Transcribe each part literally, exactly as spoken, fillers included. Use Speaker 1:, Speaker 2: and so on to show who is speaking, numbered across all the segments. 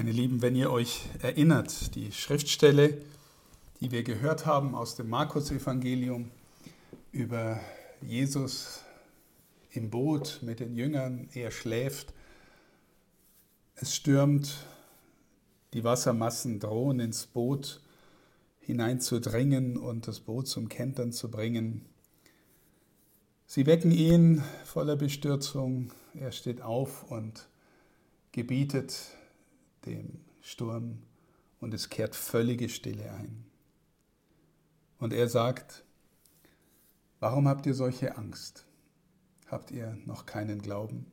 Speaker 1: Meine Lieben, wenn ihr euch erinnert, die Schriftstelle, die wir gehört haben aus dem Markus-Evangelium über Jesus im Boot mit den Jüngern, er schläft, es stürmt, die Wassermassen drohen ins Boot hineinzudringen und das Boot zum Kentern zu bringen. Sie wecken ihn voller Bestürzung, er steht auf und gebietet dem Sturm und es kehrt völlige Stille ein. Und er sagt, warum habt ihr solche Angst? Habt ihr noch keinen Glauben?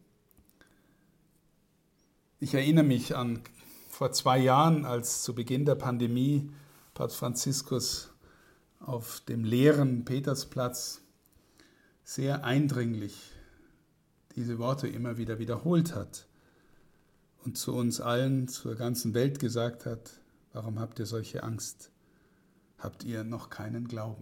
Speaker 1: Ich erinnere mich an vor zwei Jahren, als zu Beginn der Pandemie Papst Franziskus auf dem leeren Petersplatz sehr eindringlich diese Worte immer wieder wiederholt hat und zu uns allen, zur ganzen Welt gesagt hat, warum habt ihr solche Angst? Habt ihr noch keinen Glauben?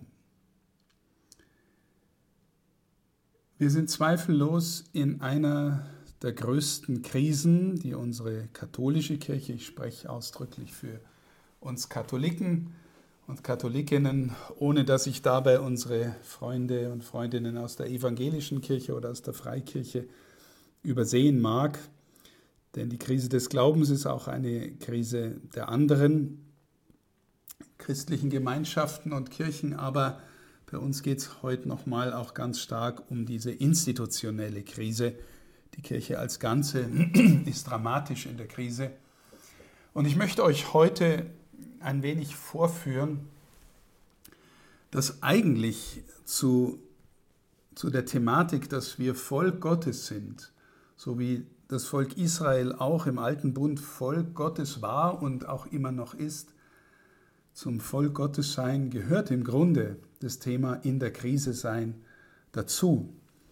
Speaker 1: Wir sind zweifellos in einer der größten Krisen, die unsere katholische Kirche, ich spreche ausdrücklich für uns Katholiken und Katholikinnen, ohne dass ich dabei unsere Freunde und Freundinnen aus der evangelischen Kirche oder aus der Freikirche übersehen mag. Denn die Krise des Glaubens ist auch eine Krise der anderen christlichen Gemeinschaften und Kirchen, aber bei uns geht es heute nochmal auch ganz stark um diese institutionelle Krise. Die Kirche als Ganze ist dramatisch in der Krise. Und ich möchte euch heute ein wenig vorführen, dass eigentlich zu, zu der Thematik, dass wir Volk Gottes sind, so wie das Volk Israel auch im Alten Bund Volk Gottes war und auch immer noch ist, zum Volk Gottes sein gehört im Grunde das Thema in der Krise sein dazu.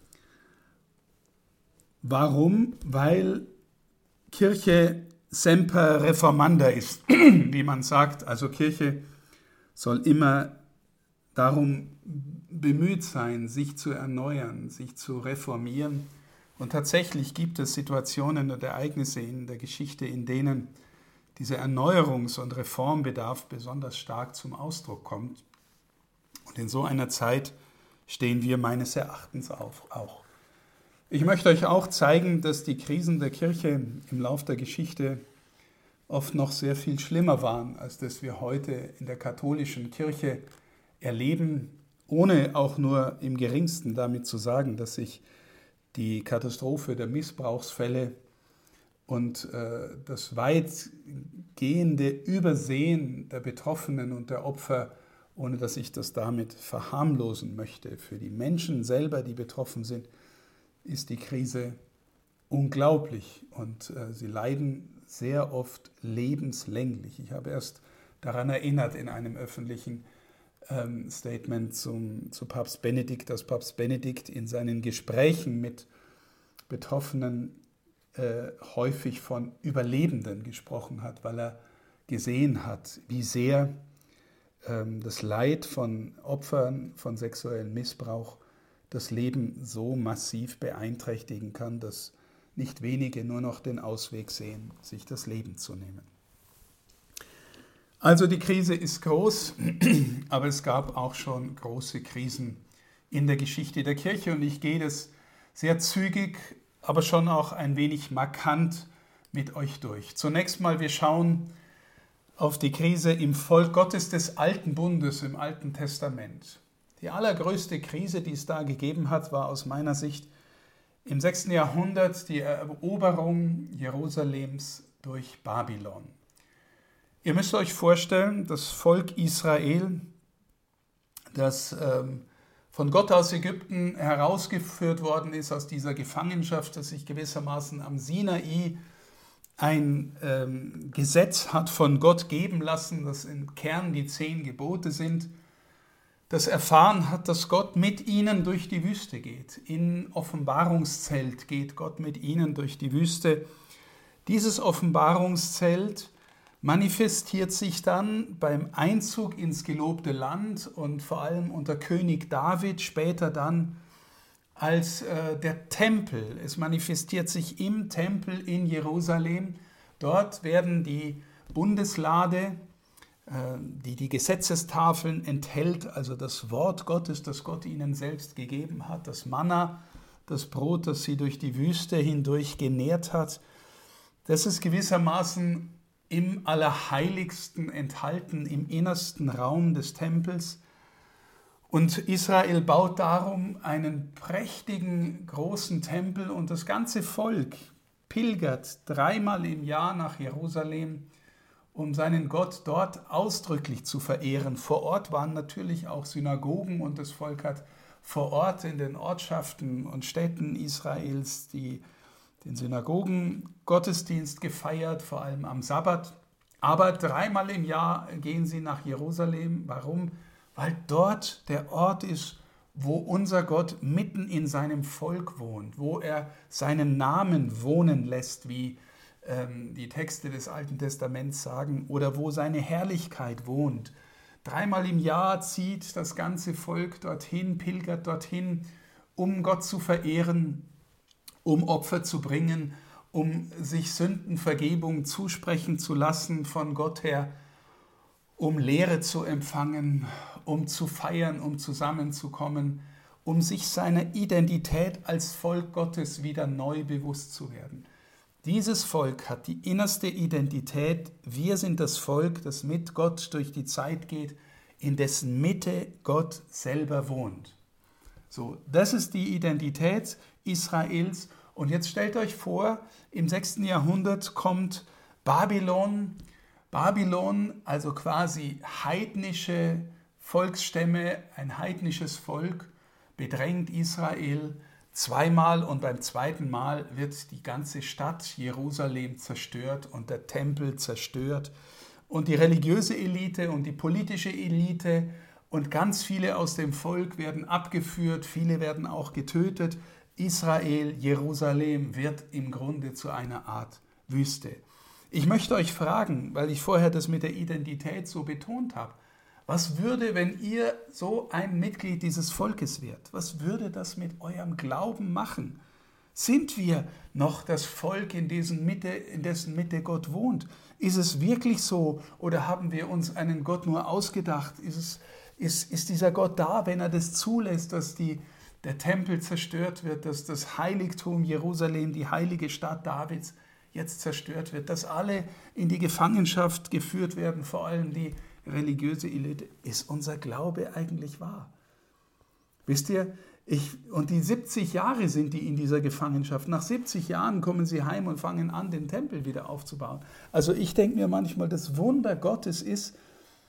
Speaker 1: Warum? Weil Kirche semper reformanda ist, wie man sagt. Also Kirche soll immer darum bemüht sein, sich zu erneuern, sich zu reformieren. Und tatsächlich gibt es Situationen und Ereignisse in der Geschichte, in denen dieser Erneuerungs- und Reformbedarf besonders stark zum Ausdruck kommt. Und in so einer Zeit stehen wir meines Erachtens auch. Ich möchte euch auch zeigen, dass die Krisen der Kirche im Lauf der Geschichte oft noch sehr viel schlimmer waren, als das wir heute in der katholischen Kirche erleben, ohne auch nur im geringsten damit zu sagen, dass sich die Katastrophe der Missbrauchsfälle und äh, das weitgehende Übersehen der Betroffenen und der Opfer, ohne dass ich das damit verharmlosen möchte, für die Menschen selber, die betroffen sind, ist die Krise unglaublich und äh, sie leiden sehr oft lebenslänglich. Ich habe erst daran erinnert in einem öffentlichen ähm, Statement zum, zu Papst Benedikt, dass Papst Benedikt in seinen Gesprächen mit Betroffenen äh, häufig von Überlebenden gesprochen hat, weil er gesehen hat, wie sehr ähm, das Leid von Opfern von sexuellem Missbrauch das Leben so massiv beeinträchtigen kann, dass nicht wenige nur noch den Ausweg sehen, sich das Leben zu nehmen. Also die Krise ist groß, aber es gab auch schon große Krisen in der Geschichte der Kirche und ich gehe das sehr zügig, aber schon auch ein wenig markant mit euch durch. Zunächst mal, wir schauen auf die Krise im Volk Gottes des Alten Bundes, im Alten Testament. Die allergrößte Krise, die es da gegeben hat, war aus meiner Sicht im sechsten Jahrhundert die Eroberung Jerusalems durch Babylon. Ihr müsst euch vorstellen, das Volk Israel, das ähm, von Gott aus Ägypten herausgeführt worden ist, aus dieser Gefangenschaft, das sich gewissermaßen am Sinai ein ähm, Gesetz hat von Gott geben lassen, das im Kern die zehn Gebote sind, das erfahren hat, dass Gott mit ihnen durch die Wüste geht. In Offenbarungszelt geht Gott mit ihnen durch die Wüste. Dieses Offenbarungszelt manifestiert sich dann beim Einzug ins gelobte Land und vor allem unter König David, später dann als äh, der Tempel. Es manifestiert sich im Tempel in Jerusalem, Dort werden die Bundeslade, die die Gesetzestafeln enthält, also das Wort Gottes, das Gott ihnen selbst gegeben hat, das Manna, das Brot, das sie durch die Wüste hindurch genährt hat, das ist gewissermaßen im Allerheiligsten enthalten, im innersten Raum des Tempels. Und Israel baut darum einen prächtigen, großen Tempel und das ganze Volk pilgert dreimal im Jahr nach Jerusalem, um seinen Gott dort ausdrücklich zu verehren. Vor Ort waren natürlich auch Synagogen und das Volk hat vor Ort in den Ortschaften und Städten Israels die, den Synagogen Gottesdienst gefeiert, vor allem am Sabbat. Aber dreimal im Jahr gehen sie nach Jerusalem. Warum? Weil dort der Ort ist, wo unser Gott mitten in seinem Volk wohnt, wo er seinen Namen wohnen lässt, wie ähm, die Texte des Alten Testaments sagen, oder wo seine Herrlichkeit wohnt. Dreimal im Jahr zieht das ganze Volk dorthin, pilgert dorthin, um Gott zu verehren, um Opfer zu bringen, um sich Sündenvergebung zusprechen zu lassen von Gott her, um Lehre zu empfangen, um zu feiern, um zusammenzukommen, um sich seiner Identität als Volk Gottes wieder neu bewusst zu werden. Dieses Volk hat die innerste Identität, wir sind das Volk, das mit Gott durch die Zeit geht, in dessen Mitte Gott selber wohnt. So, das ist die Identität Israels. Und jetzt stellt euch vor, im sechsten Jahrhundert kommt Babylon, Babylon, also quasi heidnische Volksstämme, ein heidnisches Volk, bedrängt Israel zweimal und beim zweiten Mal wird die ganze Stadt Jerusalem zerstört und der Tempel zerstört und die religiöse Elite und die politische Elite und ganz viele aus dem Volk werden abgeführt, viele werden auch getötet. Israel, Jerusalem wird im Grunde zu einer Art Wüste. Ich möchte euch fragen, weil ich vorher das mit der Identität so betont habe, was würde, wenn ihr so ein Mitglied dieses Volkes wärt? Was würde das mit eurem Glauben machen? Sind wir noch das Volk, in dessen Mitte, in dessen Mitte Gott wohnt? Ist es wirklich so oder haben wir uns einen Gott nur ausgedacht? Ist, es, ist, ist dieser Gott da, wenn er das zulässt, dass die, der Tempel zerstört wird, dass das Heiligtum Jerusalem, die heilige Stadt Davids, jetzt zerstört wird, dass alle in die Gefangenschaft geführt werden, vor allem die religiöse Elite? Ist unser Glaube eigentlich wahr? Wisst ihr, ich, und die siebzig Jahre sind die in dieser Gefangenschaft. Nach siebzig Jahren kommen sie heim und fangen an, den Tempel wieder aufzubauen. Also ich denke mir manchmal, das Wunder Gottes ist,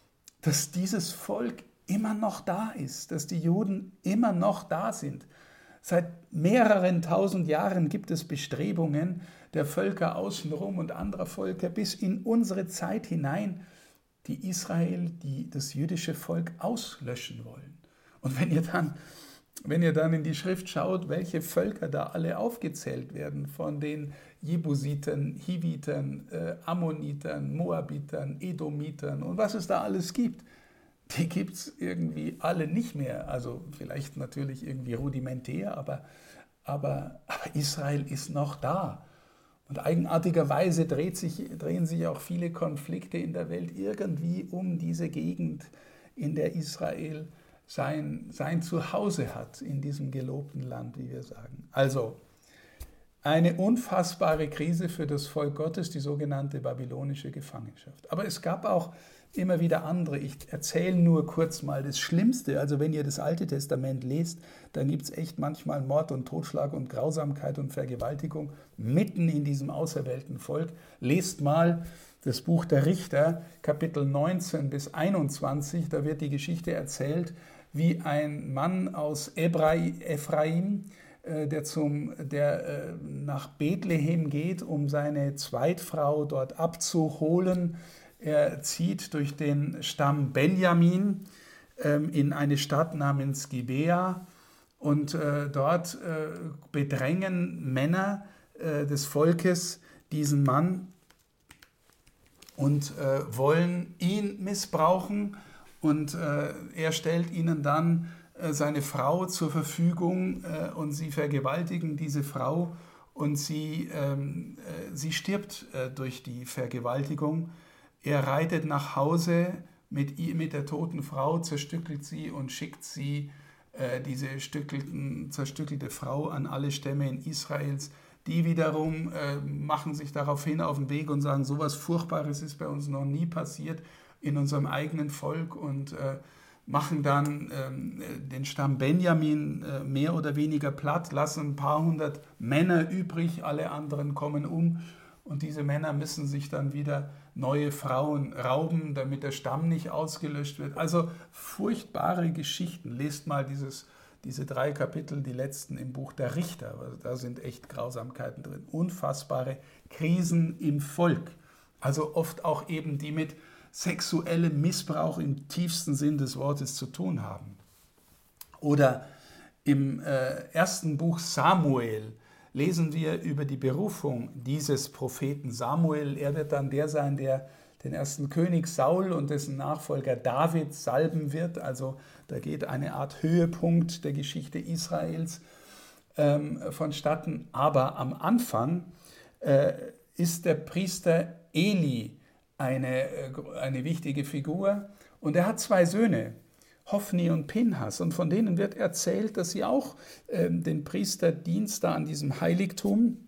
Speaker 1: dass dieses Volk immer noch da ist, dass die Juden immer noch da sind. Seit mehreren tausend Jahren gibt es Bestrebungen der Völker außenrum und anderer Völker bis in unsere Zeit hinein, die Israel, die das jüdische Volk auslöschen wollen. Und wenn ihr dann, wenn ihr dann in die Schrift schaut, welche Völker da alle aufgezählt werden, von den Jebusitern, Hivitern, äh, Ammonitern, Moabitern, Edomitern und was es da alles gibt, die gibt es irgendwie alle nicht mehr. Also vielleicht natürlich irgendwie rudimentär, aber, aber, aber Israel ist noch da. Und eigenartigerweise dreht sich, drehen sich auch viele Konflikte in der Welt irgendwie um diese Gegend, in der Israel sein, sein Zuhause hat, in diesem gelobten Land, wie wir sagen. Also eine unfassbare Krise für das Volk Gottes, die sogenannte babylonische Gefangenschaft. Aber es gab auch immer wieder andere. Ich erzähle nur kurz mal das Schlimmste. Also wenn ihr das Alte Testament lest, dann gibt es echt manchmal Mord und Totschlag und Grausamkeit und Vergewaltigung mitten in diesem auserwählten Volk. Lest mal das Buch der Richter, Kapitel neunzehn bis einundzwanzig. Da wird die Geschichte erzählt, wie ein Mann aus Ephraim, der, zum, der nach Bethlehem geht, um seine Zweitfrau dort abzuholen. Er zieht durch den Stamm Benjamin ähm, in eine Stadt namens Gibea und äh, dort äh, bedrängen Männer äh, des Volkes diesen Mann und äh, wollen ihn missbrauchen und äh, er stellt ihnen dann äh, seine Frau zur Verfügung äh, und sie vergewaltigen diese Frau und sie, ähm, äh, sie stirbt äh, durch die Vergewaltigung. Er reitet nach Hause mit, ihr, mit der toten Frau, zerstückelt sie und schickt sie, äh, diese stückelten, zerstückelte Frau, an alle Stämme in Israels. Die wiederum äh, machen sich daraufhin auf den Weg und sagen, so etwas Furchtbares ist bei uns noch nie passiert in unserem eigenen Volk und äh, machen dann ähm, den Stamm Benjamin äh, mehr oder weniger platt, lassen ein paar hundert Männer übrig, alle anderen kommen um und diese Männer müssen sich dann wieder neue Frauen rauben, damit der Stamm nicht ausgelöscht wird. Also furchtbare Geschichten. Lest mal dieses, diese drei Kapitel, die letzten im Buch der Richter. Da sind echt Grausamkeiten drin. Unfassbare Krisen im Volk. Also oft auch eben die mit sexuellem Missbrauch im tiefsten Sinn des Wortes zu tun haben. Oder im äh, ersten Buch Samuel lesen wir über die Berufung dieses Propheten Samuel. Er wird dann der sein, der den ersten König Saul und dessen Nachfolger David salben wird. Also da geht eine Art Höhepunkt der Geschichte Israels ähm, vonstatten. Aber am Anfang äh, ist der Priester Eli eine, eine wichtige Figur und er hat zwei Söhne, Hophni und Pinhas, und von denen wird erzählt, dass sie auch äh, den Priesterdienst da an diesem Heiligtum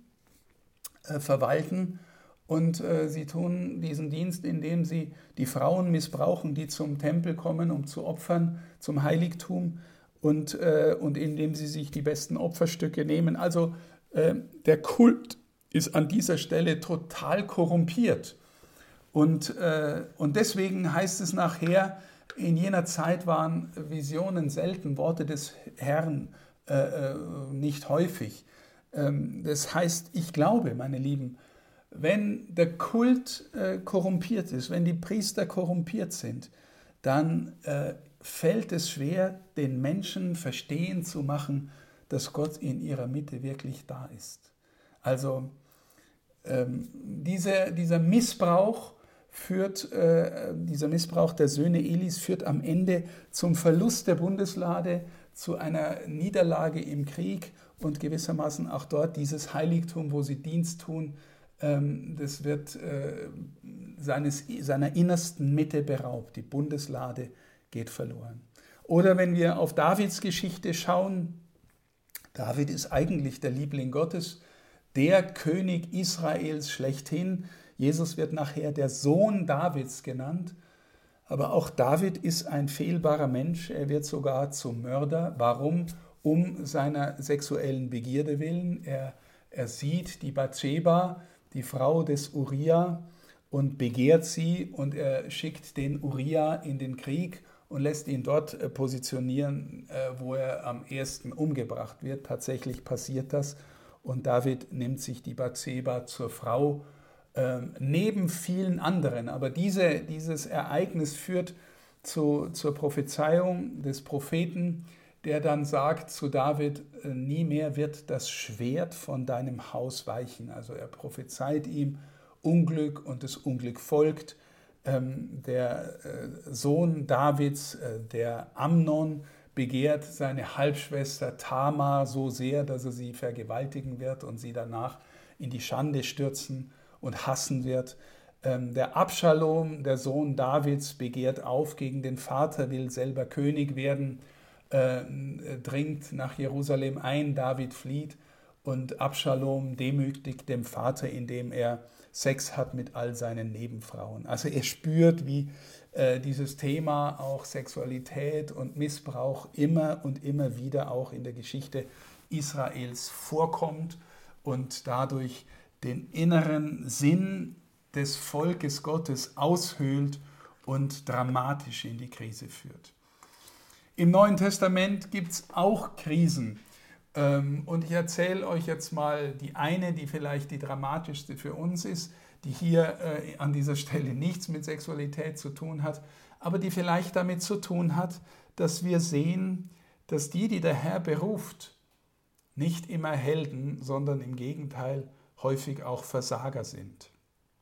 Speaker 1: äh, verwalten und äh, sie tun diesen Dienst, indem sie die Frauen missbrauchen, die zum Tempel kommen, um zu opfern, zum Heiligtum und, äh, und indem sie sich die besten Opferstücke nehmen. Also äh, der Kult ist an dieser Stelle total korrumpiert. Und, äh, und deswegen heißt es nachher, in jener Zeit waren Visionen selten, Worte des Herrn äh, nicht häufig. Ähm, das heißt, ich glaube, meine Lieben, wenn der Kult äh, korrumpiert ist, wenn die Priester korrumpiert sind, dann äh, fällt es schwer, den Menschen verstehen zu machen, dass Gott in ihrer Mitte wirklich da ist. Also ähm, diese, dieser Missbrauch führt, äh, dieser Missbrauch der Söhne Elis führt am Ende zum Verlust der Bundeslade, zu einer Niederlage im Krieg und gewissermaßen auch dort dieses Heiligtum, wo sie Dienst tun, ähm, das wird äh, seines, seiner innersten Mitte beraubt. Die Bundeslade geht verloren. Oder wenn wir auf Davids Geschichte schauen, David ist eigentlich der Liebling Gottes, der König Israels schlechthin. Jesus wird nachher der Sohn Davids genannt, aber auch David ist ein fehlbarer Mensch. Er wird sogar zum Mörder. Warum? Um seiner sexuellen Begierde willen. Er, er sieht die Bathseba, die Frau des Uria, und begehrt sie und er schickt den Uria in den Krieg und lässt ihn dort positionieren, wo er am ersten umgebracht wird. Tatsächlich passiert das und David nimmt sich die Bathseba zur Frau, Ähm, neben vielen anderen. Aber diese, dieses Ereignis führt zu, zur Prophezeiung des Propheten, der dann sagt zu David, nie mehr wird das Schwert von deinem Haus weichen. Also er prophezeit ihm Unglück und das Unglück folgt. Ähm, der äh, Sohn Davids, äh, der Amnon, begehrt seine Halbschwester Tamar so sehr, dass er sie vergewaltigen wird und sie danach in die Schande stürzen und hassen wird. Ähm, der Abschalom, der Sohn Davids, begehrt auf gegen den Vater, will selber König werden, äh, dringt nach Jerusalem ein, David flieht und Abschalom demütigt dem Vater, indem er Sex hat mit all seinen Nebenfrauen. Also er spürt, wie äh, dieses Thema auch Sexualität und Missbrauch immer und immer wieder auch in der Geschichte Israels vorkommt und dadurch den inneren Sinn des Volkes Gottes aushöhlt und dramatisch in die Krise führt. Im Neuen Testament gibt es auch Krisen. Und ich erzähle euch jetzt mal die eine, die vielleicht die dramatischste für uns ist, die hier an dieser Stelle nichts mit Sexualität zu tun hat, aber die vielleicht damit zu tun hat, dass wir sehen, dass die, die der Herr beruft, nicht immer Helden, sondern im Gegenteil häufig auch Versager sind.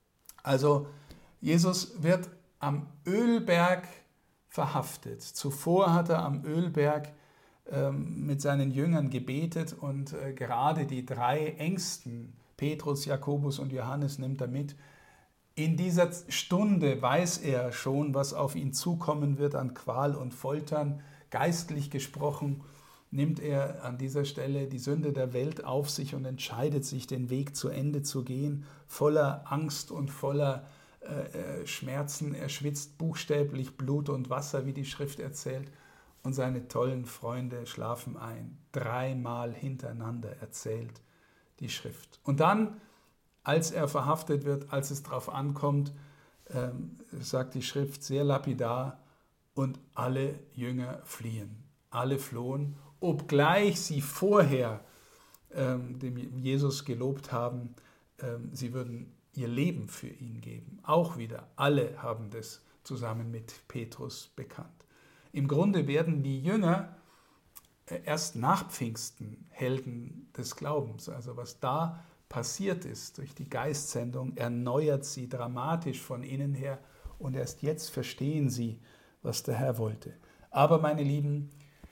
Speaker 1: Also Jesus wird am Ölberg verhaftet. Zuvor hat er am Ölberg ähm, mit seinen Jüngern gebetet und äh, gerade die drei Engsten, Petrus, Jakobus und Johannes, nimmt er mit. In dieser Stunde weiß er schon, was auf ihn zukommen wird an Qual und Foltern. Geistlich gesprochen nimmt er an dieser Stelle die Sünde der Welt auf sich und entscheidet sich, den Weg zu Ende zu gehen, voller Angst und voller äh, Schmerzen. Er schwitzt buchstäblich Blut und Wasser, wie die Schrift erzählt, und seine tollen Freunde schlafen ein. Dreimal hintereinander erzählt die Schrift. Und dann, als er verhaftet wird, als es darauf ankommt, ähm, sagt die Schrift sehr lapidar, und alle Jünger fliehen. Alle flohen, obgleich sie vorher ähm, dem Jesus gelobt haben, ähm, sie würden ihr Leben für ihn geben. Auch wieder, alle haben das zusammen mit Petrus bekannt. Im Grunde werden die Jünger erst nach Pfingsten Helden des Glaubens. Also was da passiert ist durch die Geistsendung, erneuert sie dramatisch von innen her und erst jetzt verstehen sie, was der Herr wollte. Aber meine Lieben,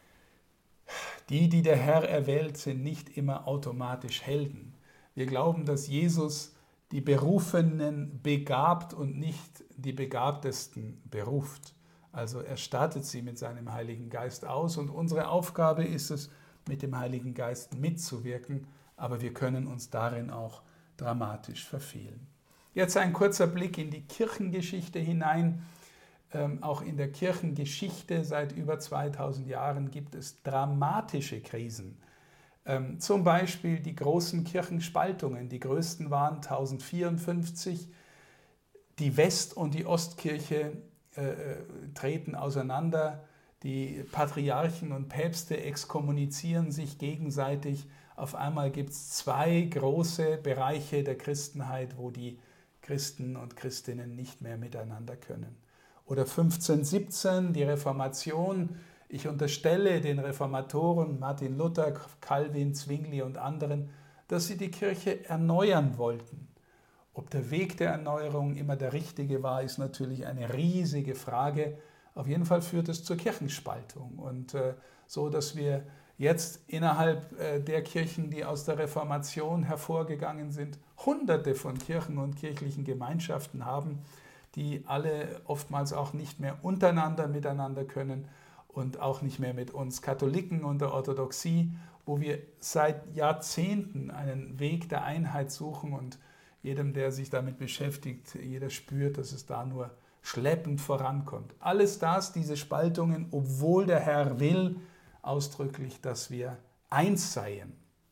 Speaker 1: die, die der Herr erwählt, sind nicht immer automatisch Helden. Wir glauben, dass Jesus die Berufenen begabt und nicht die Begabtesten beruft. Also er stattet sie mit seinem Heiligen Geist aus und unsere Aufgabe ist es, mit dem Heiligen Geist mitzuwirken, aber wir können uns darin auch dramatisch verfehlen. Jetzt ein kurzer Blick in die Kirchengeschichte hinein. Ähm, auch in der Kirchengeschichte seit über zweitausend Jahren gibt es dramatische Krisen. Ähm, zum Beispiel die großen Kirchenspaltungen. Die größten waren tausendvierundfünfzig. Die West- und die Ostkirche äh, treten auseinander. Die Patriarchen und Päpste exkommunizieren sich gegenseitig. Auf einmal gibt es zwei große Bereiche der Christenheit, wo die Christen und Christinnen nicht mehr miteinander können. Oder fünfzehnhundertsiebzehn, die Reformation. Ich unterstelle den Reformatoren Martin Luther, Calvin, Zwingli und anderen, dass sie die Kirche erneuern wollten. Ob der Weg der Erneuerung immer der richtige war, ist natürlich eine riesige Frage. Auf jeden Fall führt es zur Kirchenspaltung. Und äh, so, dass wir jetzt innerhalb äh, der Kirchen, die aus der Reformation hervorgegangen sind, hunderte von Kirchen und kirchlichen Gemeinschaften haben, die alle oftmals auch nicht mehr untereinander miteinander können und auch nicht mehr mit uns Katholiken und der Orthodoxie, wo wir seit Jahrzehnten einen Weg der Einheit suchen und jedem, der sich damit beschäftigt, jeder spürt, dass es da nur schleppend vorankommt. Alles das, diese Spaltungen, obwohl der Herr will ausdrücklich, dass wir eins seien.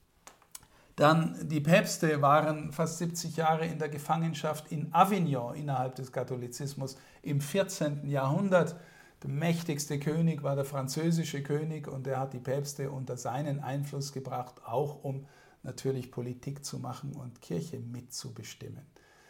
Speaker 1: Dann die Päpste waren fast siebzig Jahre in der Gefangenschaft in Avignon innerhalb des Katholizismus im vierzehnten Jahrhundert. Der mächtigste König war der französische König und er hat die Päpste unter seinen Einfluss gebracht, auch um natürlich Politik zu machen und Kirche mitzubestimmen.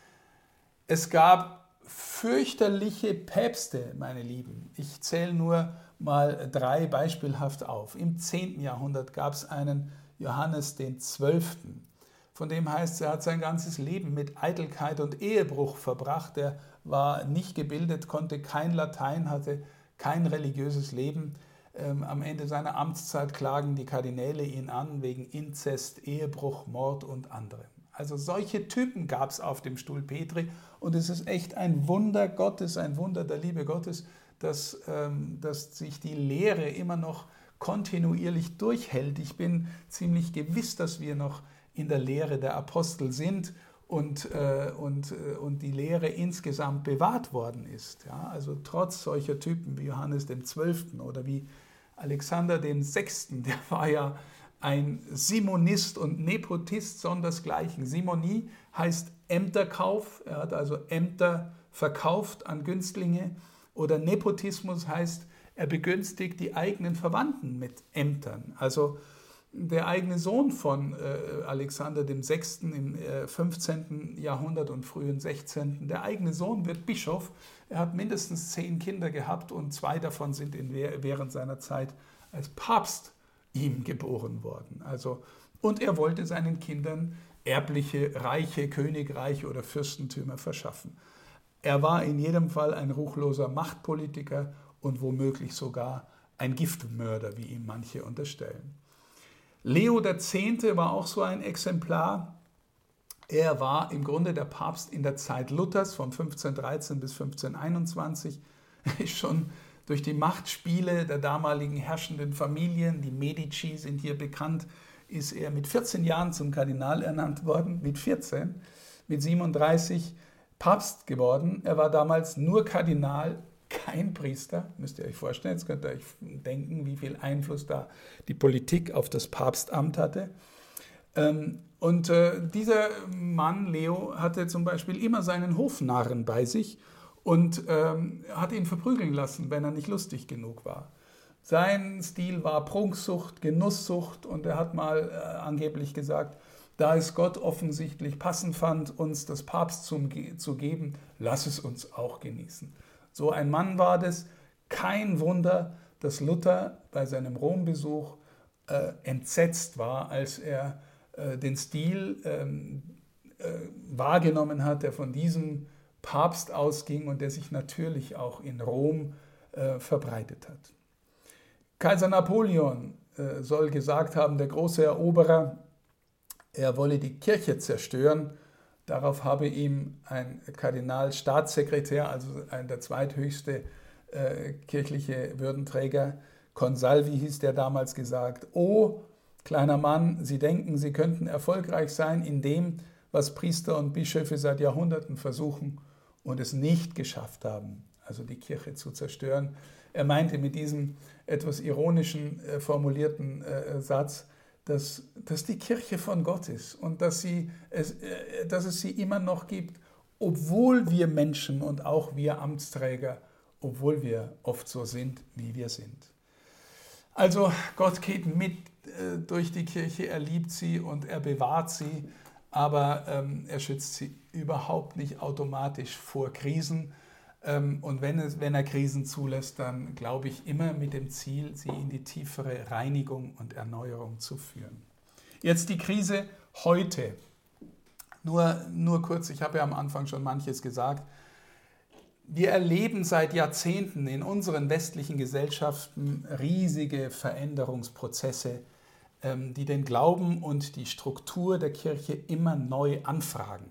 Speaker 1: Es gab fürchterliche Päpste, meine Lieben. Ich zähle nur mal drei beispielhaft auf. Im zehnten Jahrhundert gab es einen Johannes den Zwölften. Von dem heißt es, er hat sein ganzes Leben mit Eitelkeit und Ehebruch verbracht. Er war nicht gebildet, konnte kein Latein, hatte kein religiöses Leben. Ähm, am Ende seiner Amtszeit klagen die Kardinäle ihn an wegen Inzest, Ehebruch, Mord und anderem. Also solche Typen gab es auf dem Stuhl Petri und es ist echt ein Wunder Gottes, ein Wunder der Liebe Gottes, dass, ähm, dass sich die Lehre immer noch kontinuierlich durchhält. Ich bin ziemlich gewiss, dass wir noch in der Lehre der Apostel sind und, äh, und, äh, und die Lehre insgesamt bewahrt worden ist. Ja? Also trotz solcher Typen wie Johannes dem Zwölften oder wie Alexander dem Sechsten, der war ja ein Simonist und Nepotist sondersgleichen. Simonie heißt Ämterkauf, er hat also Ämter verkauft an Günstlinge. Oder Nepotismus heißt, er begünstigt die eigenen Verwandten mit Ämtern. Also der eigene Sohn von äh, Alexander dem Sechsten im äh, fünfzehnten Jahrhundert und frühen sechzehnten Der eigene Sohn wird Bischof. Er hat mindestens zehn Kinder gehabt und zwei davon sind in, während seiner Zeit als Papst ihm geboren worden. Also, und er wollte seinen Kindern erbliche, reiche Königreiche oder Fürstentümer verschaffen. Er war in jedem Fall ein ruchloser Machtpolitiker und womöglich sogar ein Giftmörder, wie ihm manche unterstellen. Leo der Zehnte war auch so ein Exemplar. Er war im Grunde der Papst in der Zeit Luthers von fünfzehnhundertdreizehn bis fünfzehnhunderteinundzwanzig. Er ist schon durch die Machtspiele der damaligen herrschenden Familien, die Medici sind hier bekannt, ist er mit vierzehn Jahren zum Kardinal ernannt worden, mit vierzehn, mit siebenunddreißig Papst geworden. Er war damals nur Kardinal, kein Priester, müsst ihr euch vorstellen. Jetzt könnt ihr euch denken, wie viel Einfluss da die Politik auf das Papstamt hatte. Und dieser Mann, Leo, hatte zum Beispiel immer seinen Hofnarren bei sich und hat ihn verprügeln lassen, wenn er nicht lustig genug war. Sein Stil war Prunksucht, Genusssucht und er hat mal äh, angeblich gesagt, da es Gott offensichtlich passend fand, uns das Papsttum ge- zu geben, lass es uns auch genießen. So ein Mann war das. Kein Wunder, dass Luther bei seinem Rombesuch äh, entsetzt war, als er äh, den Stil ähm, äh, wahrgenommen hat, der von diesem Papst ausging und der sich natürlich auch in Rom äh, verbreitet hat. Kaiser Napoleon äh, soll gesagt haben, der große Eroberer, er wolle die Kirche zerstören. Darauf habe ihm ein Kardinalstaatssekretär, also ein, der zweithöchste äh, kirchliche Würdenträger, Consalvi hieß der damals, gesagt, oh, kleiner Mann, Sie denken, Sie könnten erfolgreich sein in dem, was Priester und Bischöfe seit Jahrhunderten versuchen und es nicht geschafft haben, also die Kirche zu zerstören. Er meinte mit diesem etwas ironischen äh, formulierten äh, Satz, dass, dass die Kirche von Gott ist und dass, sie, es, äh, dass es sie immer noch gibt, obwohl wir Menschen und auch wir Amtsträger, obwohl wir oft so sind, wie wir sind. Also Gott geht mit äh, durch die Kirche, er liebt sie und er bewahrt sie, aber ähm, er schützt sie überhaupt nicht automatisch vor Krisen. Und wenn, es, wenn er Krisen zulässt, dann glaube ich immer mit dem Ziel, sie in die tiefere Reinigung und Erneuerung zu führen. Jetzt die Krise heute. Nur, nur kurz, ich habe ja am Anfang schon manches gesagt. Wir erleben seit Jahrzehnten in unseren westlichen Gesellschaften riesige Veränderungsprozesse, die den Glauben und die Struktur der Kirche immer neu anfragen.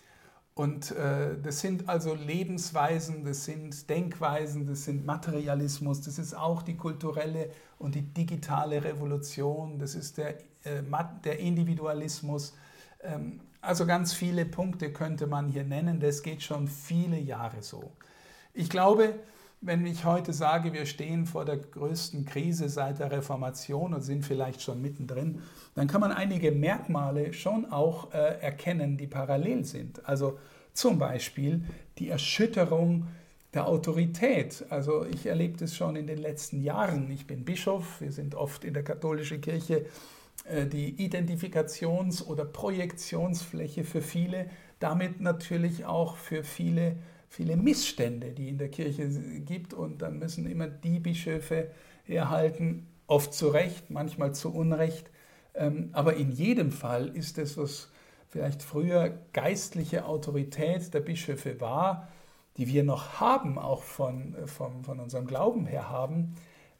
Speaker 1: Und äh, das sind also Lebensweisen, das sind Denkweisen, das sind Materialismus, das ist auch die kulturelle und die digitale Revolution, das ist der, äh, der Individualismus. Ähm, also ganz viele Punkte könnte man hier nennen, das geht schon viele Jahre so. Ich glaube, wenn ich heute sage, wir stehen vor der größten Krise seit der Reformation und sind vielleicht schon mittendrin, dann kann man einige Merkmale schon auch äh, erkennen, die parallel sind. Also zum Beispiel die Erschütterung der Autorität. Also ich erlebe das schon in den letzten Jahren. Ich bin Bischof, wir sind oft in der katholischen Kirche äh, die Identifikations- oder Projektionsfläche für viele, damit natürlich auch für viele viele Missstände, die in der Kirche gibt und dann müssen immer die Bischöfe herhalten, oft zu Recht, manchmal zu Unrecht, aber in jedem Fall ist es, was vielleicht früher geistliche Autorität der Bischöfe war, die wir noch haben, auch von, von, von unserem Glauben her haben,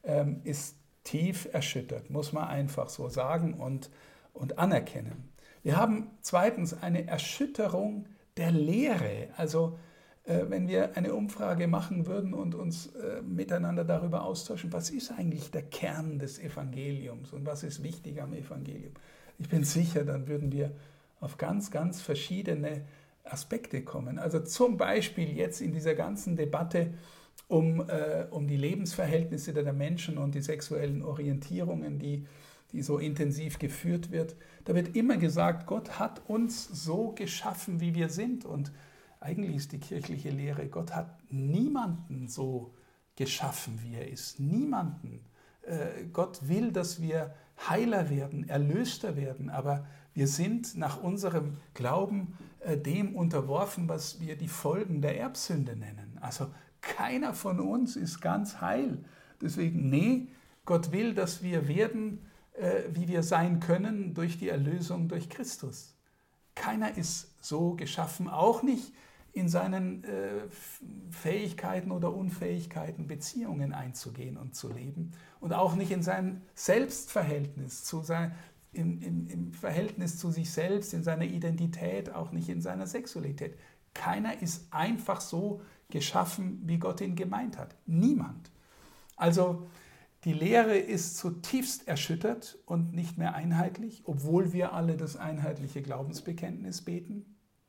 Speaker 1: ist tief erschüttert, muss man einfach so sagen und, und anerkennen. Wir haben zweitens eine Erschütterung der Lehre, also wenn wir eine Umfrage machen würden und uns äh, miteinander darüber austauschen, was ist eigentlich der Kern des Evangeliums und was ist wichtig am Evangelium. Ich bin sicher, dann würden wir auf ganz, ganz verschiedene Aspekte kommen. Also zum Beispiel jetzt in dieser ganzen Debatte um, äh, um die Lebensverhältnisse der Menschen und die sexuellen Orientierungen, die, die so intensiv geführt wird. Da wird immer gesagt, Gott hat uns so geschaffen, wie wir sind und eigentlich ist die kirchliche Lehre, Gott hat niemanden so geschaffen, wie er ist. Niemanden. Äh, Gott will, dass wir heiler werden, erlöster werden, aber wir sind nach unserem Glauben äh, dem unterworfen, was wir die Folgen der Erbsünde nennen. Also keiner von uns ist ganz heil. Deswegen, nee, Gott will, dass wir werden, äh, wie wir sein können, durch die Erlösung durch Christus. Keiner ist so geschaffen, auch nicht in seinen äh, Fähigkeiten oder Unfähigkeiten Beziehungen einzugehen und zu leben und auch nicht in sein Selbstverhältnis, zu sein, im, im, im Verhältnis zu sich selbst, in seiner Identität, auch nicht in seiner Sexualität. Keiner ist einfach so geschaffen, wie Gott ihn gemeint hat. Niemand. Also die Lehre ist zutiefst erschüttert und nicht mehr einheitlich, obwohl wir alle das einheitliche Glaubensbekenntnis beten.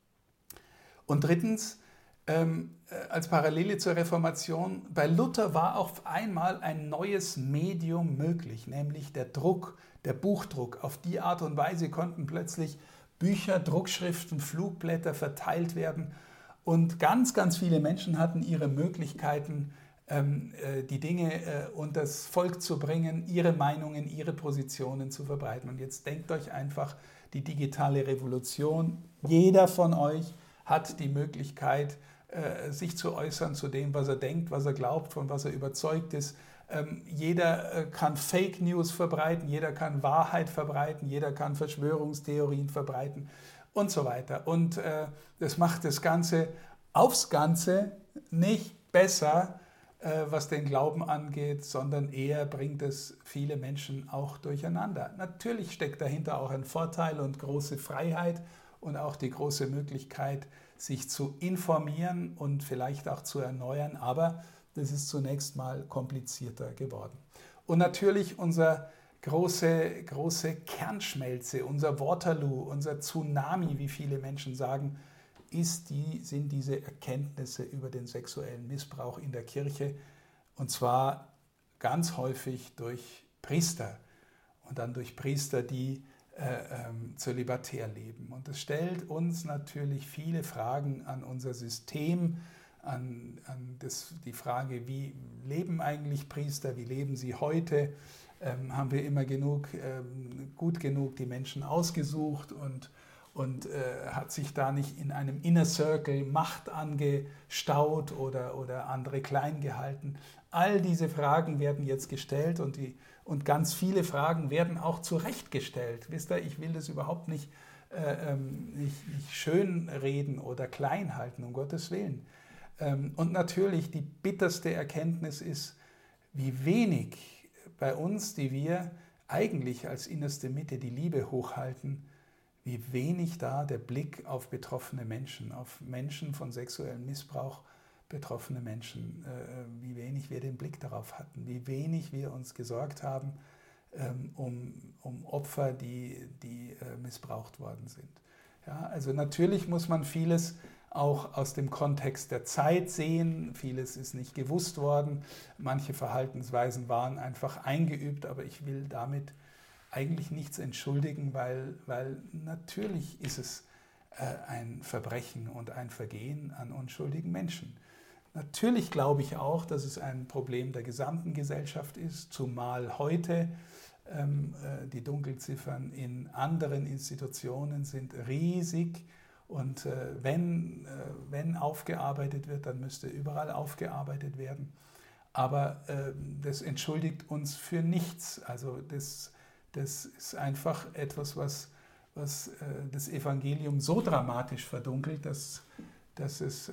Speaker 1: Und drittens, ähm, als Parallele zur Reformation, bei Luther war auf einmal ein neues Medium möglich, nämlich der Druck, der Buchdruck. Auf die Art und Weise konnten plötzlich Bücher, Druckschriften, Flugblätter verteilt werden und ganz, ganz viele Menschen hatten ihre Möglichkeiten, ähm, äh, die Dinge äh, unter das Volk zu bringen, ihre Meinungen, ihre Positionen zu verbreiten. Und jetzt denkt euch einfach die digitale Revolution. Jeder von euch hat die Möglichkeit, äh, sich zu äußern zu dem, was er denkt, was er glaubt, von was er überzeugt ist. Ähm, jeder äh, kann Fake News verbreiten, jeder kann Wahrheit verbreiten, jeder kann Verschwörungstheorien verbreiten und so weiter. Und äh, das macht das Ganze aufs Ganze nicht besser, äh, was den Glauben angeht, sondern eher bringt es viele Menschen auch durcheinander. Natürlich steckt dahinter auch ein Vorteil und große Freiheit und auch die große Möglichkeit, sich zu informieren und vielleicht auch zu erneuern, aber das ist zunächst mal komplizierter geworden. Und natürlich unser große, große Kernschmelze, unser Waterloo, unser Tsunami, wie viele Menschen sagen, ist die, sind diese Erkenntnisse über den sexuellen Missbrauch in der Kirche, und zwar ganz häufig durch Priester und dann durch Priester, die Äh, ähm, zölibatär leben. Und das stellt uns natürlich viele Fragen an unser System, an, an das, die Frage, wie leben eigentlich Priester, wie leben sie heute, ähm, haben wir immer genug, ähm, gut genug die Menschen ausgesucht und, und äh, hat sich da nicht in einem Inner Circle Macht angestaut oder, oder andere klein gehalten. All diese Fragen werden jetzt gestellt und die Und ganz viele Fragen werden auch zurechtgestellt. Wisst ihr, ich will das überhaupt nicht, äh, nicht, nicht schön reden oder klein halten, um Gottes Willen. Ähm, und natürlich die bitterste Erkenntnis ist, wie wenig bei uns, die wir eigentlich als innerste Mitte die Liebe hochhalten, wie wenig da der Blick auf betroffene Menschen, auf Menschen von sexuellem Missbrauch, betroffene Menschen, äh, wie wenig wir den Blick darauf hatten, wie wenig wir uns gesorgt haben ähm, um, um Opfer, die, die äh, missbraucht worden sind. Ja, also natürlich muss man vieles auch aus dem Kontext der Zeit sehen, vieles ist nicht gewusst worden, manche Verhaltensweisen waren einfach eingeübt, aber ich will damit eigentlich nichts entschuldigen, weil, weil natürlich ist es äh, ein Verbrechen und ein Vergehen an unschuldigen Menschen. Natürlich glaube ich auch, dass es ein Problem der gesamten Gesellschaft ist, zumal heute ähm, die Dunkelziffern in anderen Institutionen sind riesig und äh, wenn, äh, wenn aufgearbeitet wird, dann müsste überall aufgearbeitet werden. Aber äh, das entschuldigt uns für nichts. Also das, das ist einfach etwas, was, was äh, das Evangelium so dramatisch verdunkelt, dass, dass es äh,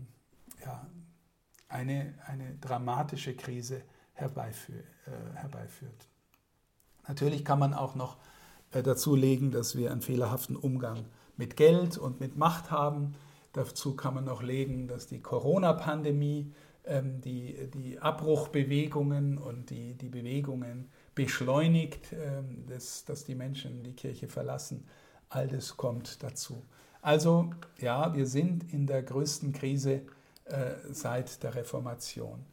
Speaker 1: ja, Eine, eine dramatische Krise herbeiführ, äh, herbeiführt. Natürlich kann man auch noch äh, dazu legen, dass wir einen fehlerhaften Umgang mit Geld und mit Macht haben. Dazu kann man noch legen, dass die Corona-Pandemie ähm, die, die Abbruchbewegungen und die, die Bewegungen beschleunigt, ähm, dass, dass die Menschen die Kirche verlassen. All das kommt dazu. Also ja, wir sind in der größten Krise seit der Reformation.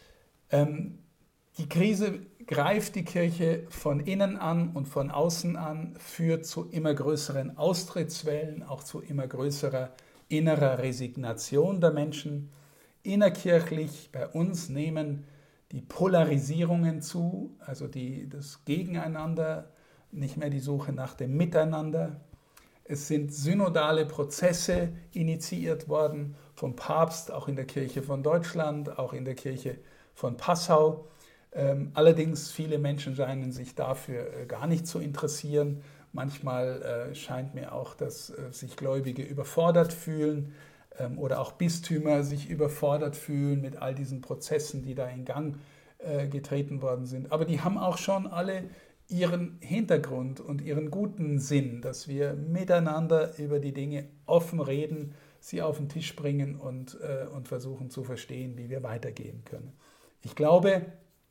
Speaker 1: Ähm, die Krise greift die Kirche von innen an und von außen an, führt zu immer größeren Austrittswellen, auch zu immer größerer innerer Resignation der Menschen. Innerkirchlich bei uns nehmen die Polarisierungen zu, also die, das Gegeneinander, nicht mehr die Suche nach dem Miteinander. Es sind synodale Prozesse initiiert worden vom Papst, auch in der Kirche von Deutschland, auch in der Kirche von Passau. Ähm, allerdings viele Menschen scheinen sich dafür äh, gar nicht zu interessieren. Manchmal äh, scheint mir auch, dass äh, sich Gläubige überfordert fühlen ähm, oder auch Bistümer sich überfordert fühlen mit all diesen Prozessen, die da in Gang äh, getreten worden sind. Aber die haben auch schon alle ihren Hintergrund und ihren guten Sinn, dass wir miteinander über die Dinge offen reden, sie auf den Tisch bringen und, äh, und versuchen zu verstehen, wie wir weitergehen können. Ich glaube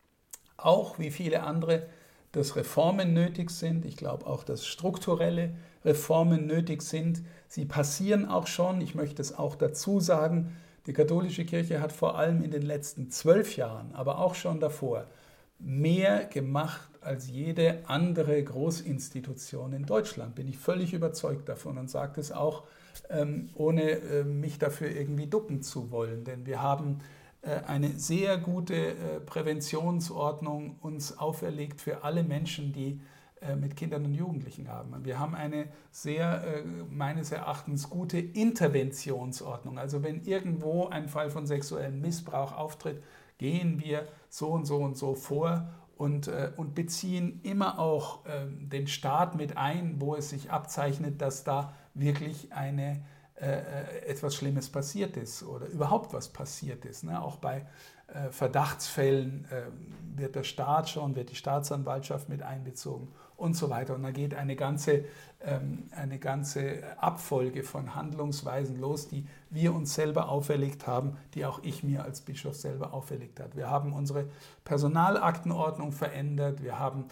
Speaker 1: auch, wie viele andere, dass Reformen nötig sind. Ich glaube auch, dass strukturelle Reformen nötig sind. Sie passieren auch schon. Ich möchte es auch dazu sagen, die katholische Kirche hat vor allem in den letzten zwölf Jahren, aber auch schon davor, mehr gemacht als jede andere Großinstitution in Deutschland. Bin ich völlig überzeugt davon und sage es auch, ähm, ohne äh, mich dafür irgendwie ducken zu wollen. Denn wir haben äh, eine sehr gute äh, Präventionsordnung uns auferlegt für alle Menschen, die äh, mit Kindern und Jugendlichen haben. Wir haben eine sehr, äh, meines Erachtens, gute Interventionsordnung. Also wenn irgendwo ein Fall von sexuellem Missbrauch auftritt, gehen wir so und so und so vor und, äh, und beziehen immer auch äh, den Staat mit ein, wo es sich abzeichnet, dass da wirklich eine, äh, etwas Schlimmes passiert ist oder überhaupt was passiert ist. Ne? Auch bei äh, Verdachtsfällen äh, wird der Staat schon, wird die Staatsanwaltschaft mit einbezogen und so weiter. Und da geht eine ganze, ähm, eine ganze Abfolge von Handlungsweisen los, die wir uns selber auferlegt haben, die auch ich mir als Bischof selber auferlegt habe. Wir haben unsere Personalaktenordnung verändert, wir haben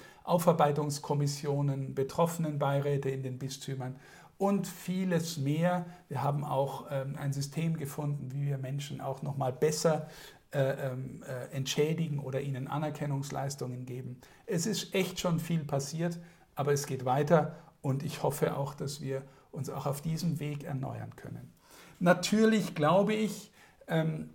Speaker 1: Aufarbeitungskommissionen, Betroffenenbeiräte in den Bistümern und vieles mehr. Wir haben auch ähm, ein System gefunden, wie wir Menschen auch noch mal besser äh, äh, entschädigen oder ihnen Anerkennungsleistungen geben. Es ist echt schon viel passiert, aber es geht weiter und ich hoffe auch, dass wir uns auch auf diesem Weg erneuern können. Natürlich glaube ich, ähm,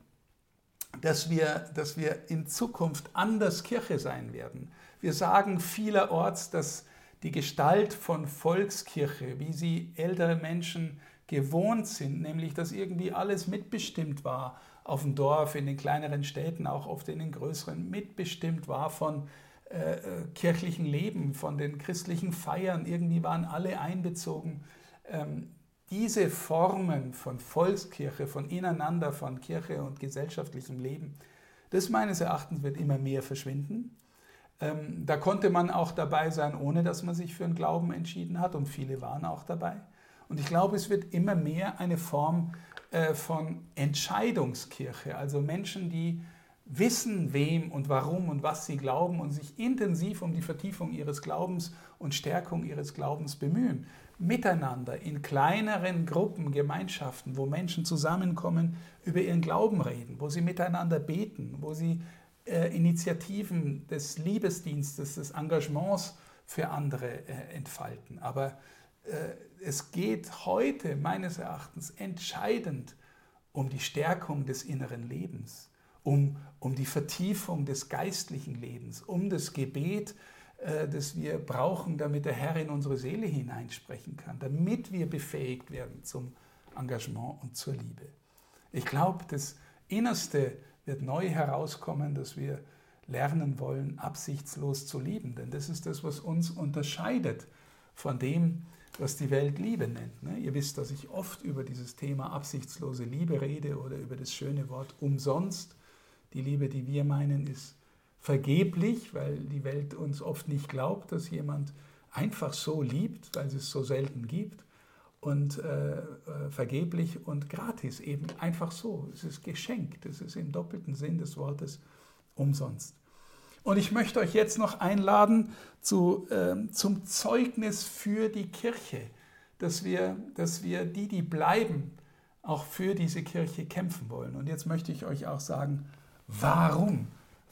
Speaker 1: dass wir, dass wir in Zukunft anders Kirche sein werden. Wir sagen vielerorts, dass die Gestalt von Volkskirche, wie sie ältere Menschen gewohnt sind, nämlich dass irgendwie alles mitbestimmt war auf dem Dorf, in den kleineren Städten, auch oft in den größeren, mitbestimmt war von äh, kirchlichen Leben, von den christlichen Feiern, irgendwie waren alle einbezogen. Ähm, diese Formen von Volkskirche, von Ineinander, von Kirche und gesellschaftlichem Leben, das meines Erachtens wird immer mehr verschwinden. Ähm, da konnte man auch dabei sein, ohne dass man sich für einen Glauben entschieden hat und viele waren auch dabei. Und ich glaube, es wird immer mehr eine Form äh, von Entscheidungskirche, also Menschen, die wissen, wem und warum und was sie glauben und sich intensiv um die Vertiefung ihres Glaubens und Stärkung ihres Glaubens bemühen. Miteinander, in kleineren Gruppen, Gemeinschaften, wo Menschen zusammenkommen, über ihren Glauben reden, wo sie miteinander beten, wo sie äh, Initiativen des Liebesdienstes, des Engagements für andere äh, entfalten. Aber äh, es geht heute meines Erachtens entscheidend um die Stärkung des inneren Lebens, um, um die Vertiefung des geistlichen Lebens, um das Gebet, äh, das wir brauchen, damit der Herr in unsere Seele hineinsprechen kann, damit wir befähigt werden zum Engagement und zur Liebe. Ich glaube, das Innerste wird neu herauskommen, dass wir lernen wollen, absichtslos zu lieben. Denn das ist das, was uns unterscheidet von dem, was die Welt Liebe nennt. Ne? Ihr wisst, dass ich oft über dieses Thema absichtslose Liebe rede oder über das schöne Wort umsonst. Die Liebe, die wir meinen, ist vergeblich, weil die Welt uns oft nicht glaubt, dass jemand einfach so liebt, weil es es so selten gibt. Und äh, vergeblich und gratis, eben einfach so. Es ist geschenkt, es ist im doppelten Sinn des Wortes umsonst. Und ich möchte euch jetzt noch einladen zu, äh, zum Zeugnis für die Kirche, dass wir, dass wir die, die bleiben, auch für diese Kirche kämpfen wollen. Und jetzt möchte ich euch auch sagen, warum?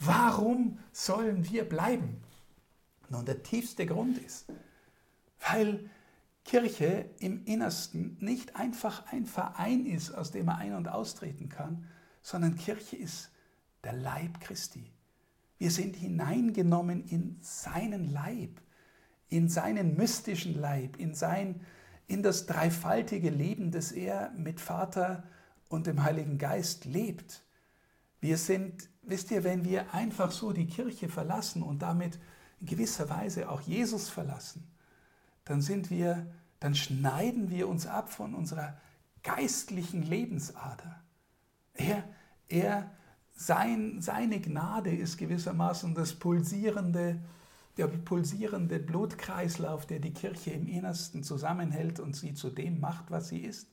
Speaker 1: Warum sollen wir bleiben? Nun, der tiefste Grund ist, weil Kirche im Innersten nicht einfach ein Verein ist, aus dem man ein- und austreten kann, sondern Kirche ist der Leib Christi. Wir sind hineingenommen in seinen Leib, in seinen mystischen Leib, in, sein, in das dreifaltige Leben, das er mit Vater und dem Heiligen Geist lebt. Wir sind, wisst ihr, wenn wir einfach so die Kirche verlassen und damit in gewisser Weise auch Jesus verlassen, dann sind wir, dann schneiden wir uns ab von unserer geistlichen Lebensader. Er, er, sein, seine Gnade ist gewissermaßen das pulsierende, der pulsierende Blutkreislauf, der die Kirche im Innersten zusammenhält und sie zu dem macht, was sie ist.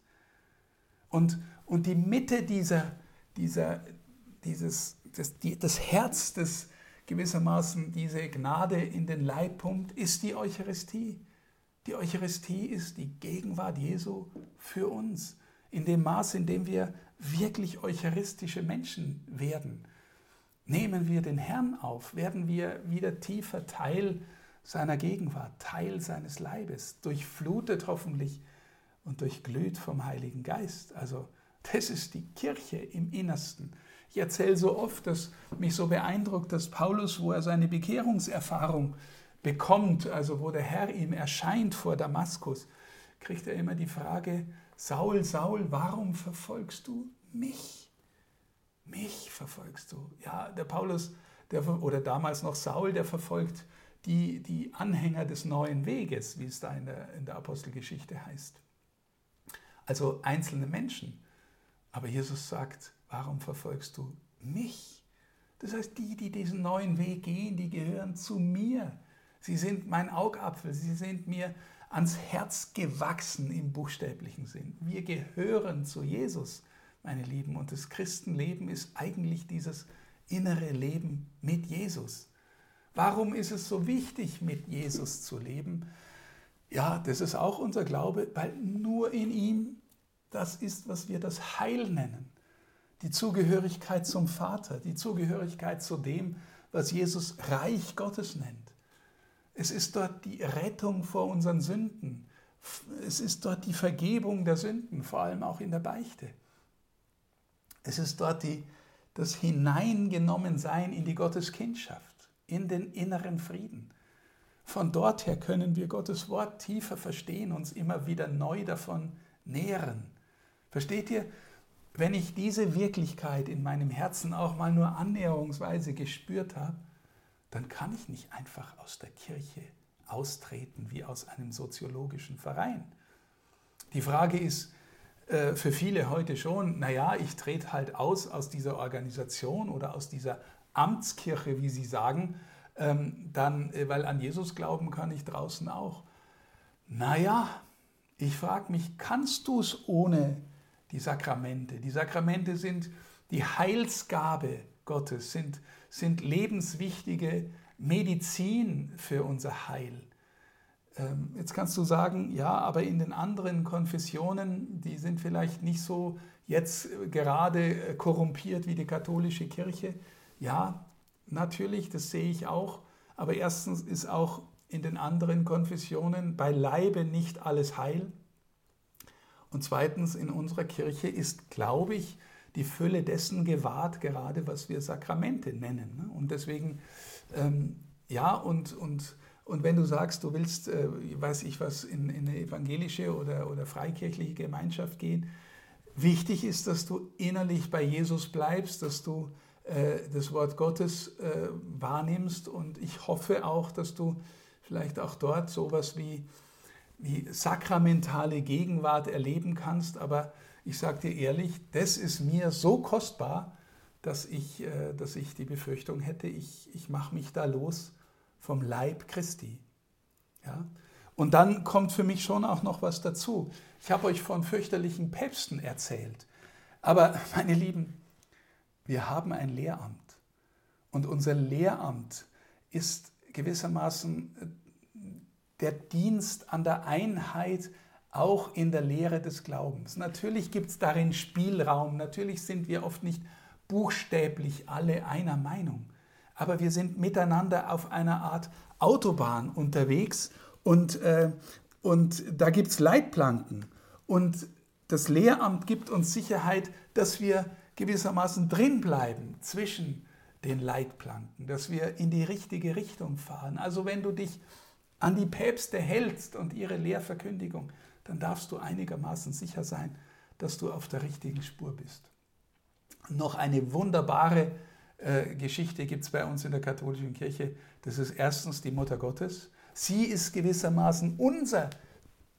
Speaker 1: Und, und die Mitte dieser, dieser, dieses, das, die, das Herz, das gewissermaßen diese Gnade in den Leib pumpt, ist die Eucharistie. Die Eucharistie ist die Gegenwart Jesu für uns. In dem Maß, in dem wir wirklich eucharistische Menschen werden, nehmen wir den Herrn auf, werden wir wieder tiefer Teil seiner Gegenwart, Teil seines Leibes, durchflutet hoffentlich und durchglüht vom Heiligen Geist. Also das ist die Kirche im Innersten. Ich erzähle so oft, dass mich so beeindruckt, dass Paulus, wo er seine Bekehrungserfahrung bekommt, also wo der Herr ihm erscheint vor Damaskus, kriegt er immer die Frage: Saul, Saul, warum verfolgst du mich? Mich verfolgst du. Ja, der Paulus, der, oder damals noch Saul, der verfolgt die, die Anhänger des neuen Weges, wie es da in der, in der Apostelgeschichte heißt. Also einzelne Menschen. Aber Jesus sagt: Warum verfolgst du mich? Das heißt, die, die diesen neuen Weg gehen, die gehören zu mir. Sie sind mein Augapfel, sie sind mir ans Herz gewachsen im buchstäblichen Sinn. Wir gehören zu Jesus, meine Lieben. Und das Christenleben ist eigentlich dieses innere Leben mit Jesus. Warum ist es so wichtig, mit Jesus zu leben? Ja, das ist auch unser Glaube, weil nur in ihm, das ist, was wir das Heil nennen. Die Zugehörigkeit zum Vater, die Zugehörigkeit zu dem, was Jesus Reich Gottes nennt. Es ist dort die Rettung vor unseren Sünden. Es ist dort die Vergebung der Sünden, vor allem auch in der Beichte. Es ist dort die, das Hineingenommensein in die Gotteskindschaft, in den inneren Frieden. Von dort her können wir Gottes Wort tiefer verstehen, uns immer wieder neu davon nähren. Versteht ihr? Wenn ich diese Wirklichkeit in meinem Herzen auch mal nur annäherungsweise gespürt habe, dann kann ich nicht einfach aus der Kirche austreten wie aus einem soziologischen Verein. Die Frage ist äh, für viele heute schon: Naja, ich trete halt aus aus dieser Organisation oder aus dieser Amtskirche, wie sie sagen, ähm, dann, äh, weil an Jesus glauben kann ich draußen auch. Naja, ich frage mich, kannst du es ohne die Sakramente? Die Sakramente sind die Heilsgabe Gottes, sind, sind lebenswichtige Medizin für unser Heil. Ähm, jetzt kannst du sagen, ja, aber in den anderen Konfessionen, die sind vielleicht nicht so jetzt gerade korrumpiert wie die katholische Kirche. Ja, natürlich, das sehe ich auch. Aber erstens ist auch in den anderen Konfessionen beileibe nicht alles heil. Und zweitens, in unserer Kirche ist, glaube ich, die Fülle dessen gewahrt, gerade was wir Sakramente nennen. Und deswegen, ähm, ja, und, und, und wenn du sagst, du willst, äh, weiß ich was, in, in eine evangelische oder, oder freikirchliche Gemeinschaft gehen, wichtig ist, dass du innerlich bei Jesus bleibst, dass du äh, das Wort Gottes äh, wahrnimmst, und ich hoffe auch, dass du vielleicht auch dort sowas wie wie sakramentale Gegenwart erleben kannst. Aber ich sage dir ehrlich, das ist mir so kostbar, dass ich, äh, dass ich die Befürchtung hätte, ich, ich mache mich da los vom Leib Christi. Ja? Und dann kommt für mich schon auch noch was dazu. Ich habe euch von fürchterlichen Päpsten erzählt. Aber meine Lieben, wir haben ein Lehramt. Und unser Lehramt ist gewissermaßen der Dienst an der Einheit, auch in der Lehre des Glaubens. Natürlich gibt es darin Spielraum, natürlich sind wir oft nicht buchstäblich alle einer Meinung, aber wir sind miteinander auf einer Art Autobahn unterwegs, und, äh, und da gibt es Leitplanken, und das Lehramt gibt uns Sicherheit, dass wir gewissermaßen drin bleiben zwischen den Leitplanken, dass wir in die richtige Richtung fahren. Also wenn du dich an die Päpste hältst und ihre Lehrverkündigung, dann darfst du einigermaßen sicher sein, dass du auf der richtigen Spur bist. Noch eine wunderbare äh, Geschichte gibt es bei uns in der katholischen Kirche. Das ist erstens die Mutter Gottes. Sie ist gewissermaßen unser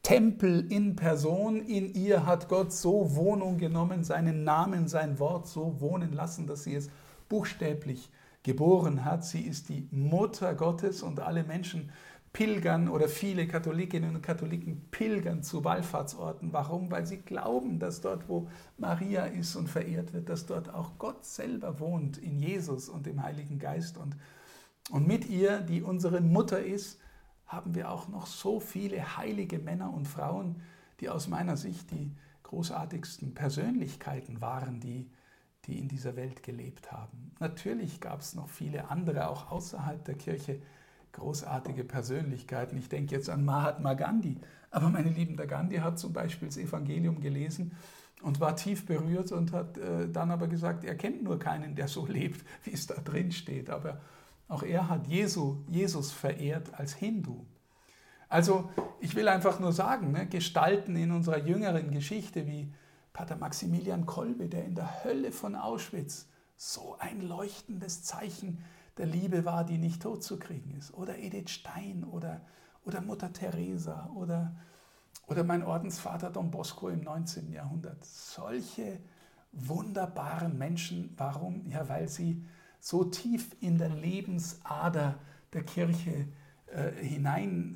Speaker 1: Tempel in Person. In ihr hat Gott so Wohnung genommen, seinen Namen, sein Wort so wohnen lassen, dass sie es buchstäblich geboren hat. Sie ist die Mutter Gottes und alle Menschen pilgern oder viele Katholikinnen und Katholiken pilgern zu Wallfahrtsorten. Warum? Weil sie glauben, dass dort, wo Maria ist und verehrt wird, dass dort auch Gott selber wohnt in Jesus und im Heiligen Geist. Und, und mit ihr, die unsere Mutter ist, haben wir auch noch so viele heilige Männer und Frauen, die aus meiner Sicht die großartigsten Persönlichkeiten waren, die, die in dieser Welt gelebt haben. Natürlich gab es noch viele andere, auch außerhalb der Kirche, großartige Persönlichkeiten. Ich denke jetzt an Mahatma Gandhi. Aber meine Lieben, der Gandhi hat zum Beispiel das Evangelium gelesen und war tief berührt und hat äh, dann aber gesagt, er kennt nur keinen, der so lebt, wie es da drin steht. Aber auch er hat Jesu, Jesus verehrt als Hindu. Also ich will einfach nur sagen, ne, Gestalten in unserer jüngeren Geschichte wie Pater Maximilian Kolbe, der in der Hölle von Auschwitz so ein leuchtendes Zeichen der Liebe war, die nicht totzukriegen ist. Oder Edith Stein oder, oder Mutter Teresa oder, oder mein Ordensvater Don Bosco im neunzehnten Jahrhundert. Solche wunderbaren Menschen, warum? Ja, weil sie so tief in der Lebensader der Kirche äh, hinein,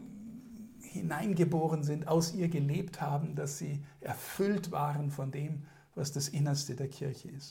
Speaker 1: äh, hineingeboren sind, aus ihr gelebt haben, dass sie erfüllt waren von dem, was das Innerste der Kirche ist.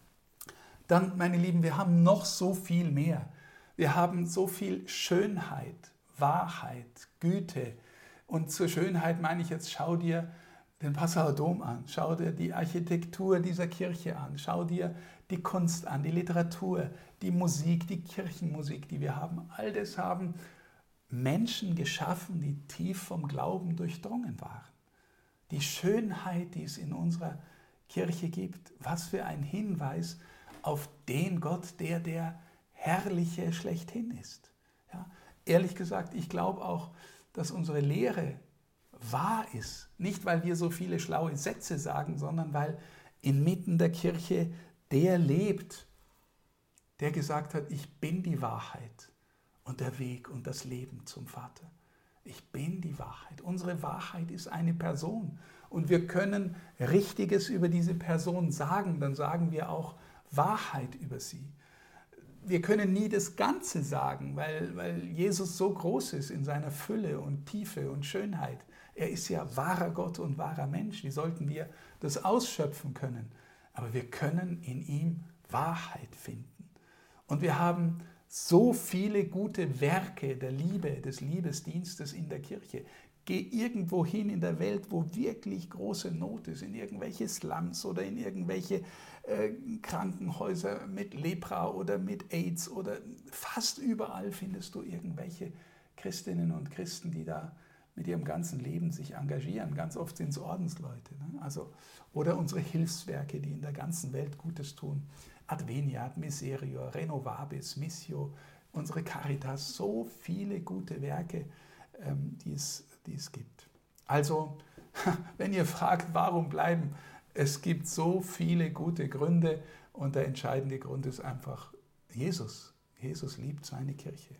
Speaker 1: Dann, meine Lieben, wir haben noch so viel mehr. Wir haben so viel Schönheit, Wahrheit, Güte. Und zur Schönheit meine ich jetzt, schau dir den Passauer Dom an, schau dir die Architektur dieser Kirche an, schau dir die Kunst an, die Literatur, die Musik, die Kirchenmusik, die wir haben. All das haben Menschen geschaffen, die tief vom Glauben durchdrungen waren. Die Schönheit, die es in unserer Kirche gibt, was für ein Hinweis auf den Gott, der der Herrliche schlechthin ist. Ja, ehrlich gesagt, ich glaube auch, dass unsere Lehre wahr ist. Nicht, weil wir so viele schlaue Sätze sagen, sondern weil inmitten der Kirche der lebt, der gesagt hat, ich bin die Wahrheit und der Weg und das Leben zum Vater. Ich bin die Wahrheit. Unsere Wahrheit ist eine Person und wir können Richtiges über diese Person sagen, dann sagen wir auch Wahrheit über sie. Wir können nie das Ganze sagen, weil, weil Jesus so groß ist in seiner Fülle und Tiefe und Schönheit. Er ist ja wahrer Gott und wahrer Mensch. Wie sollten wir das ausschöpfen können? Aber wir können in ihm Wahrheit finden. Und wir haben so viele gute Werke der Liebe, des Liebesdienstes in der Kirche. Geh irgendwo hin in der Welt, wo wirklich große Not ist, in irgendwelche Slums oder in irgendwelche äh, Krankenhäuser mit Lepra oder mit AIDS oder fast überall findest du irgendwelche Christinnen und Christen, die da mit ihrem ganzen Leben sich engagieren. Ganz oft sind es Ordensleute. Ne? Also, oder unsere Hilfswerke, die in der ganzen Welt Gutes tun. Adveniat, Miserior, Renovabis, Missio, unsere Caritas, so viele gute Werke, ähm, die es, die es gibt. Also, wenn ihr fragt, warum bleiben, es gibt so viele gute Gründe und der entscheidende Grund ist einfach Jesus. Jesus liebt seine Kirche.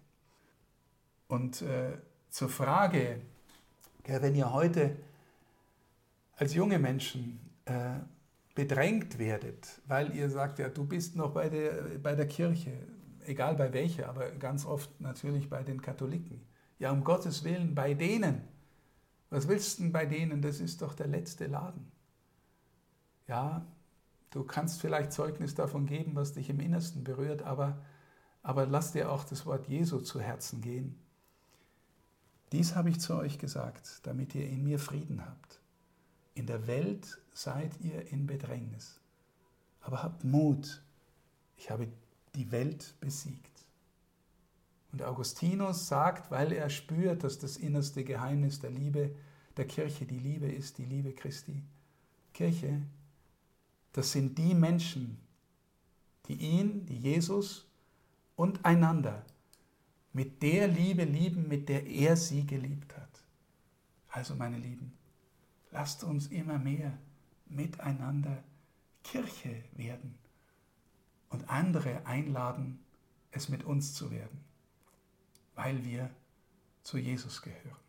Speaker 1: Und äh, zur Frage, ja, wenn ihr heute als junge Menschen äh, bedrängt werdet, weil ihr sagt, ja, du bist noch bei der, bei der Kirche, egal bei welcher, aber ganz oft natürlich bei den Katholiken. Ja, um Gottes Willen, bei denen. Was willst du denn bei denen? Das ist doch der letzte Laden. Ja, du kannst vielleicht Zeugnis davon geben, was dich im Innersten berührt, aber, aber lass dir auch das Wort Jesu zu Herzen gehen. Dies habe ich zu euch gesagt, damit ihr in mir Frieden habt. In der Welt seid ihr in Bedrängnis. Aber habt Mut, ich habe die Welt besiegt. Und Augustinus sagt, weil er spürt, dass das innerste Geheimnis der Liebe der Kirche die Liebe ist, die Liebe Christi. Kirche, das sind die Menschen, die ihn, die Jesus und einander mit der Liebe lieben, mit der er sie geliebt hat. Also meine Lieben, lasst uns immer mehr miteinander Kirche werden und andere einladen, es mit uns zu werden, weil wir zu Jesus gehören.